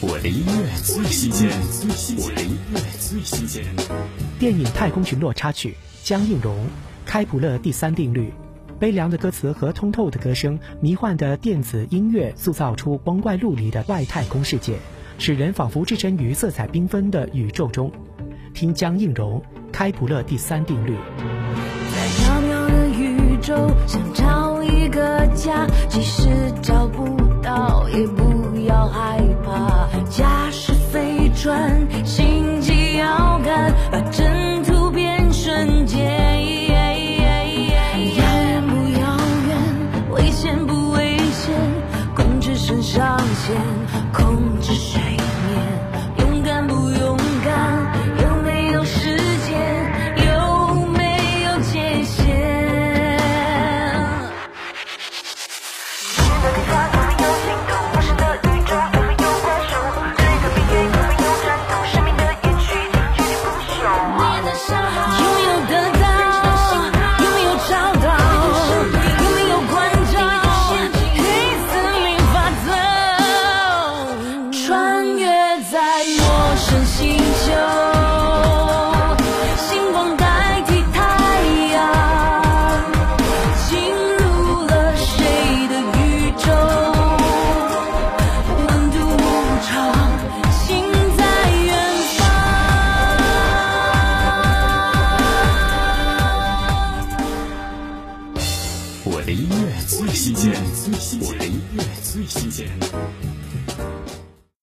我的音乐最新鲜，我的音乐最新鲜。 电影《太空群落》插曲，江映蓉，开普勒第三定律。悲凉的歌词和通透的歌声，迷幻的电子音乐塑造出光怪陆离的外太空世界，使人仿佛置身于色彩缤纷的宇宙中。听江映蓉，开普勒第三定律。 在缥缈的宇宙，想找一个家，即使找不到，也不要害怕。驾驶飞船，星际遥感，把征途变瞬间。遥远不遥远，危险不危险，控制身上线，控制水面，勇敢不勇敢，有没有时间，有没有界限。 我的音乐最新鲜，我的音乐最新鲜。